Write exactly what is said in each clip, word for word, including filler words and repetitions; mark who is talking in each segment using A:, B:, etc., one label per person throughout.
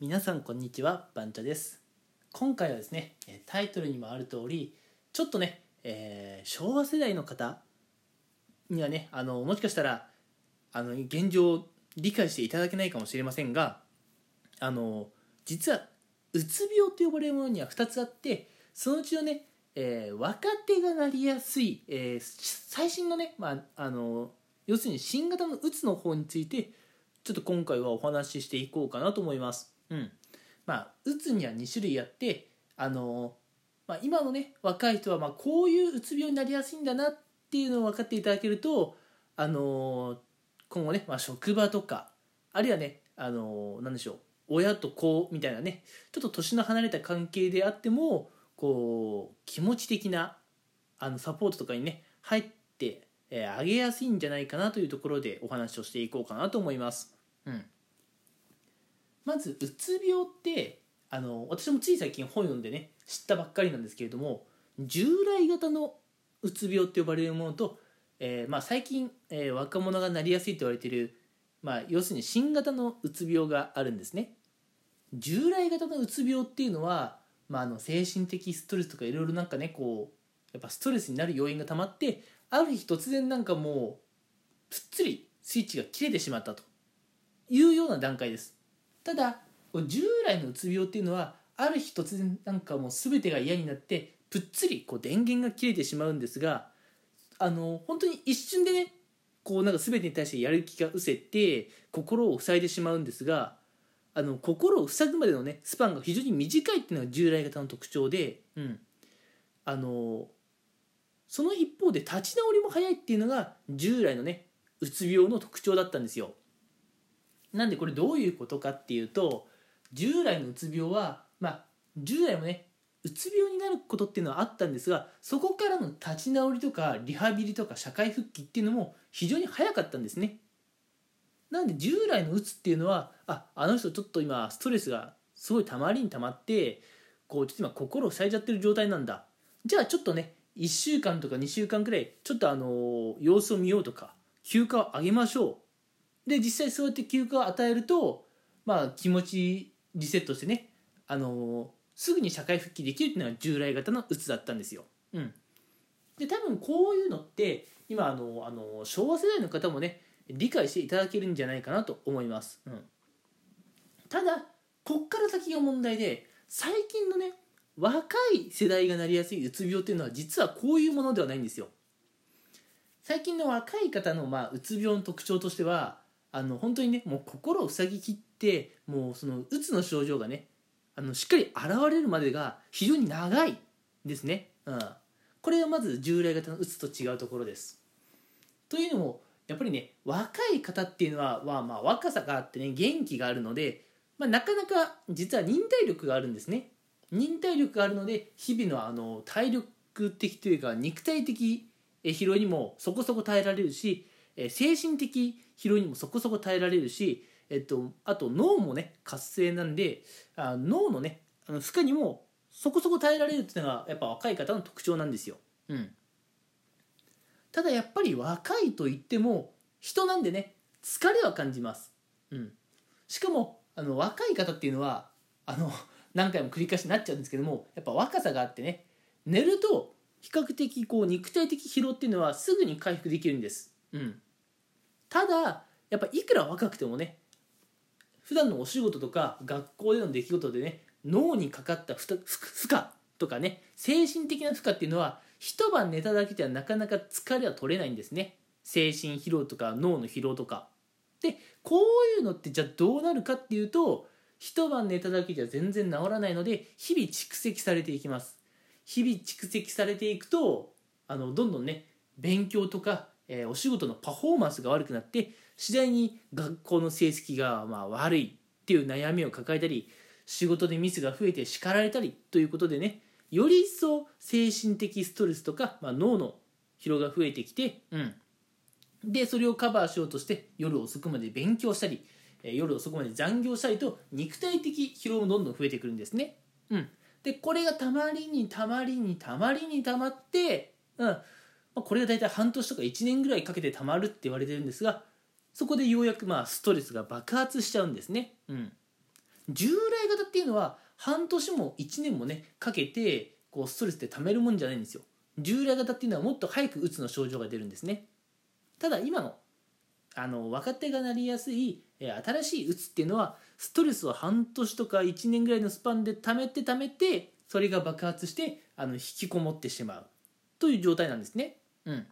A: 皆さんこんにちは、バンチャです。今回はですね、タイトルにもある通り、ちょっとね、えー、昭和世代の方にはね、あのもしかしたらあの現状を理解していただけないかもしれませんが、あの実はうつ病と呼ばれるものにはふたつあって、そのうちのね、えー、若手がなりやすい、えー、最新のね、まあ、あの要するに新型のうつの方についてちょっと今回はお話ししていこうかなと思います。うんまあ、うつにはに種類あって、あのまあ、今のね若い人はまあこういううつ病になりやすいんだなっていうのを分かっていただけると、あの今後ね、まあ、職場とかあるいはね、あのなんでしょう、親と子みたいなね、ちょっと年の離れた関係であってもこう気持ち的なあのサポートとかにね入ってえー、上げやすいんじゃないかなというところでお話をしていこうかなと思います。うんまずうつ病ってあの私もつい最近本読んでね知ったばっかりなんですけれども、従来型のうつ病って呼ばれるものと、えーまあ、最近、えー、若者がなりやすいと言われている、まあ、要するに新型のうつ病があるんですね。従来型のうつ病っていうのは、まあ、あの精神的ストレスとかいろいろなんかねこうやっぱストレスになる要因がたまって、ある日突然なんかもうぷっつりスイッチが切れてしまったというような段階です。ただ従来のうつ病っていうのはある日突然なんかもう全てが嫌になってぷっつりこう電源が切れてしまうんですが、あの本当に一瞬でねこうなんか全てに対してやる気が失せて心を塞いでしまうんですが、あの心を塞ぐまでのねスパンが非常に短いっていうのが従来型の特徴で、うん、あのその一方で立ち直りも早いっていうのが従来のねうつ病の特徴だったんですよ。なんでこれどういうことかっていうと、従来のうつ病はまあ従来もねうつ病になることっていうのはあったんですが、そこからの立ち直りとかリハビリとか社会復帰っていうのも非常に早かったんですね。なんで従来のうつっていうのはああの人ちょっと今ストレスがすごいたまりにたまってこうちょっと今心を塞いじゃってる状態なんだ、じゃあちょっとねいっしゅうかんとかにしゅうかんくらいちょっとあの様子を見ようとか休暇をあげましょう。で実際そうやって休暇を与えると、まあ、気持ちリセットしてね、あのすぐに社会復帰できるっていうのが従来型のうつだったんですよ。うん、で多分こういうのって今あのあの昭和世代の方もね理解していただけるんじゃないかなと思います。うん、ただこっから先が問題で、最近のね若い世代がなりやすいうつ病っていうのは実はこういうものではないんですよ。最近の若い方のまあうつ病の特徴としては、あの本当にねもう心を塞ぎ切ってもうそのうつの症状がねあのしっかり現れるまでが非常に長いですね。うん、これがまず従来型のうつと違うところです。というのもやっぱりね若い方っていうのは、まあ、まあ若さがあってね元気があるので、まあ、なかなか実は忍耐力があるんですね。忍耐力があるので日々のあの体力的というか肉体的疲労にもそこそこ耐えられるし、精神的疲労にもそこそこ耐えられるし、えっと、あと脳もね活性なんで、あ脳のねあの負荷にもそこそこ耐えられるっていうのがやっぱ若い方の特徴なんですよ。うん、ただやっぱり若いといっても人なんでね疲れは感じます。うん、しかもあの若い方っていうのはあの何回も繰り返しになっちゃうんですけども、やっぱ若さがあってね、寝ると比較的こう肉体的疲労っていうのはすぐに回復できるんです。うん、ただやっぱいくら若くてもね普段のお仕事とか学校での出来事でね脳にかかった負荷とかね精神的な負荷っていうのは一晩寝ただけではなかなか疲れは取れないんですね。精神疲労とか脳の疲労とかで、こういうのってじゃあどうなるかっていうと、一晩寝ただけじゃ全然治らないので日々蓄積されていきます。日々蓄積されていくとあのどんどんね勉強とか、えー、お仕事のパフォーマンスが悪くなって次第に学校の成績がまあ悪いっていう悩みを抱えたり、仕事でミスが増えて叱られたりということでね、より一層精神的ストレスとか、まあ、脳の疲労が増えてきて、うん、でそれをカバーしようとして夜遅くまで勉強したり、えー、夜遅くまで残業したりと肉体的疲労もどんどん増えてくるんですね。うんでこれがたまりにたまりにたまりにたまって、うんまあ、これが大体半年とかいちねんぐらいかけてたまるって言われてるんですが、そこでようやくまあストレスが爆発しちゃうんですね。うん、 従来型っていうのは半年もいちねんもねかけてこうストレスって溜めるもんじゃないんですよ。従来型っていうのはもっと早くうつの症状が出るんですね。ただ今のあの若手がなりやすい新しいうつっていうのはストレスを半年とかいちねんぐらいのスパンで溜めて溜めてそれが爆発してあの引きこもってしまうという状態なんですね。うん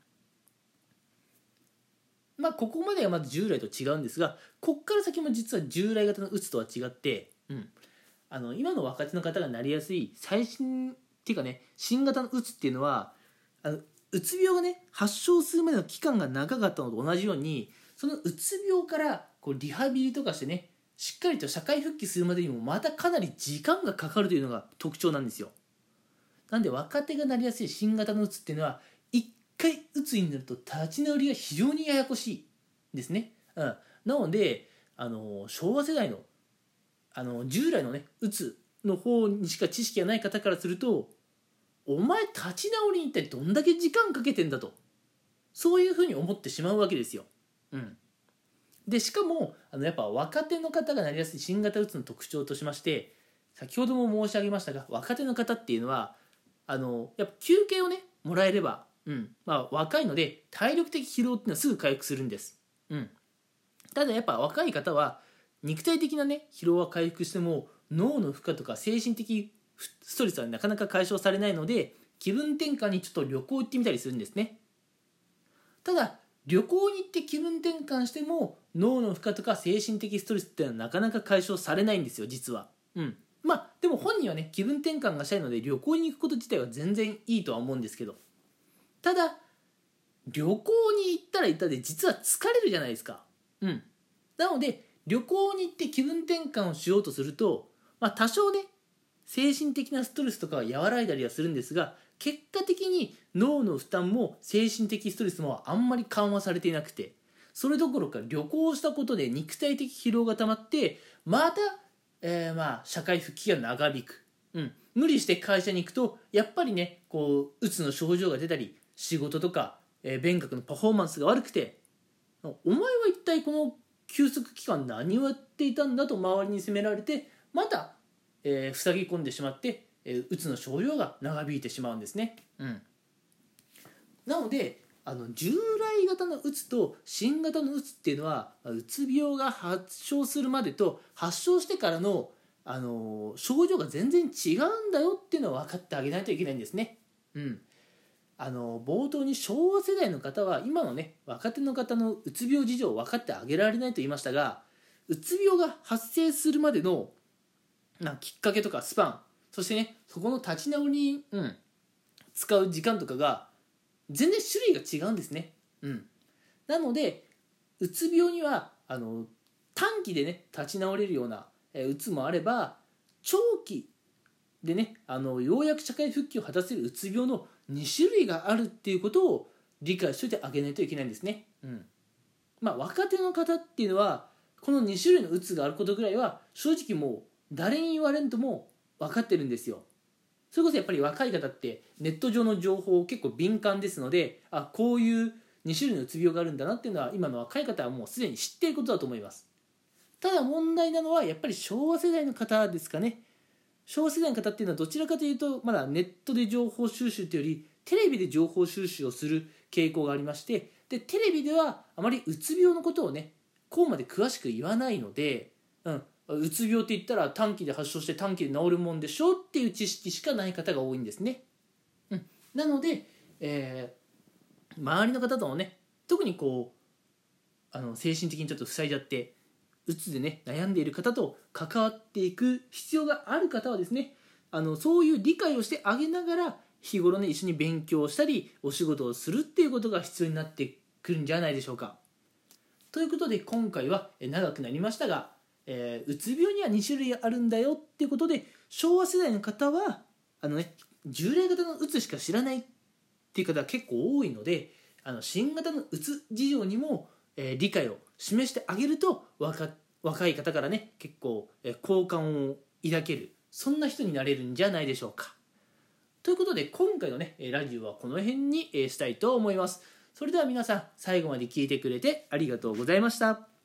A: まあここまではまず従来と違うんですが、ここから先も実は従来型のうつとは違って、うん、あの今の若手の方がなりやすい最新っていうかね新型のうつっていうのはあのうつ病がね発症するまでの期間が長かったのと同じように、そのうつ病からこうリハビリとかしてねしっかりと社会復帰するまでにもまたかなり時間がかかるというのが特徴なんですよ。なんで若手がなりやすい新型のうつっていうのは一回うつになると立ち直りが非常にややこしいですね。うん、なのであの昭和世代のあの従来のねうつの方にしか知識がない方からすると、お前立ち直りに一体どんだけ時間かけてんだと、そういうふうに思ってしまうわけですよ。うん、でしかもあのやっぱ若手の方がなりやすい新型うつの特徴としまして、先ほども申し上げましたが、若手の方っていうのはあのやっぱ休憩をねもらえれば、うんまあ、若いので体力的疲労っていうのはすぐ回復するんです。うん、ただやっぱ若い方は肉体的なね疲労は回復しても脳の負荷とか精神的ストレスはなかなか解消されないので、気分転換にちょっと旅行行ってみたりするんですね。ただ旅行に行って気分転換しても脳の負荷とか精神的ストレスっていうのはなかなか解消されないんですよ実は。うんまあでも本人はね気分転換がしたいので旅行に行くこと自体は全然いいとは思うんですけど、ただ旅行に行ったら行ったで実は疲れるじゃないですか。うんなので旅行に行って気分転換をしようとすると、まあ、多少ね精神的なストレスとかは和らいだりはするんですが、結果的に脳の負担も精神的ストレスもあんまり緩和されていなくて、それどころか旅行したことで肉体的疲労がたまってまた、えー、まあ社会復帰が長引く、うん、無理して会社に行くとやっぱりねこううつの症状が出たり仕事とか、えー、勉学のパフォーマンスが悪くて、お前は一体この休息期間何をやっていたんだと周りに責められてまた、えー、塞ぎ込んでしまって、えー、うつの症状が長引いてしまうんですね。うん、なのであの従来型のうつと新型のうつっていうのはうつ病が発症するまでと発症してからの、あのー、症状が全然違うんだよっていうのを分かってあげないといけないんですね。うんあの冒頭に昭和世代の方は今のね若手の方のうつ病事情を分かってあげられないと言いましたが、うつ病が発生するまでのなきっかけとかスパン、そしてねそこの立ち直りに、うん、使う時間とかが全然種類が違うんですね。うん、なのでうつ病にはあの短期でね立ち直れるようなえうつもあれば、長期でねあのようやく社会復帰を果たせるうつ病のに種類があるっていうことを理解しておいてあげないといけないんですね。うんまあ、若手の方っていうのはこのに種類のうつがあることぐらいは正直もう誰に言われんとも分かってるんですよ。それこそやっぱり若い方ってネット上の情報結構敏感ですので、あこういうに種類のうつ病があるんだなっていうのは今の若い方はもうすでに知っていることだと思います。ただ問題なのはやっぱり昭和世代の方ですかね。昭和世代の方っていうのはどちらかというとまだネットで情報収集というよりテレビで情報収集をする傾向がありまして、でテレビではあまりうつ病のことをねこうまで詳しく言わないので、うん、うつ病って言ったら短期で発症して短期で治るもんでしょっていう知識しかない方が多いんですね。うん、なので、えー、周りの方ともね特にこうあの精神的にちょっと塞いじゃってうつでね悩んでいる方と関わっていく必要がある方はですね、あのそういう理解をしてあげながら日頃ね一緒に勉強したりお仕事をするっていうことが必要になってくるんじゃないでしょうか。ということで今回は長くなりましたが、えー、うつ病にはに種類あるんだよっていうことで、昭和世代の方はあのね従来型のうつしか知らないっていう方は結構多いので、あの新型のうつ事情にも、えー、理解を示してあげると若若い方からね結構、えー、好感を抱ける、そんな人になれるんじゃないでしょうか。ということで今回のねラジオはこの辺にしたいと思います。それでは皆さん最後まで聞いてくれてありがとうございました。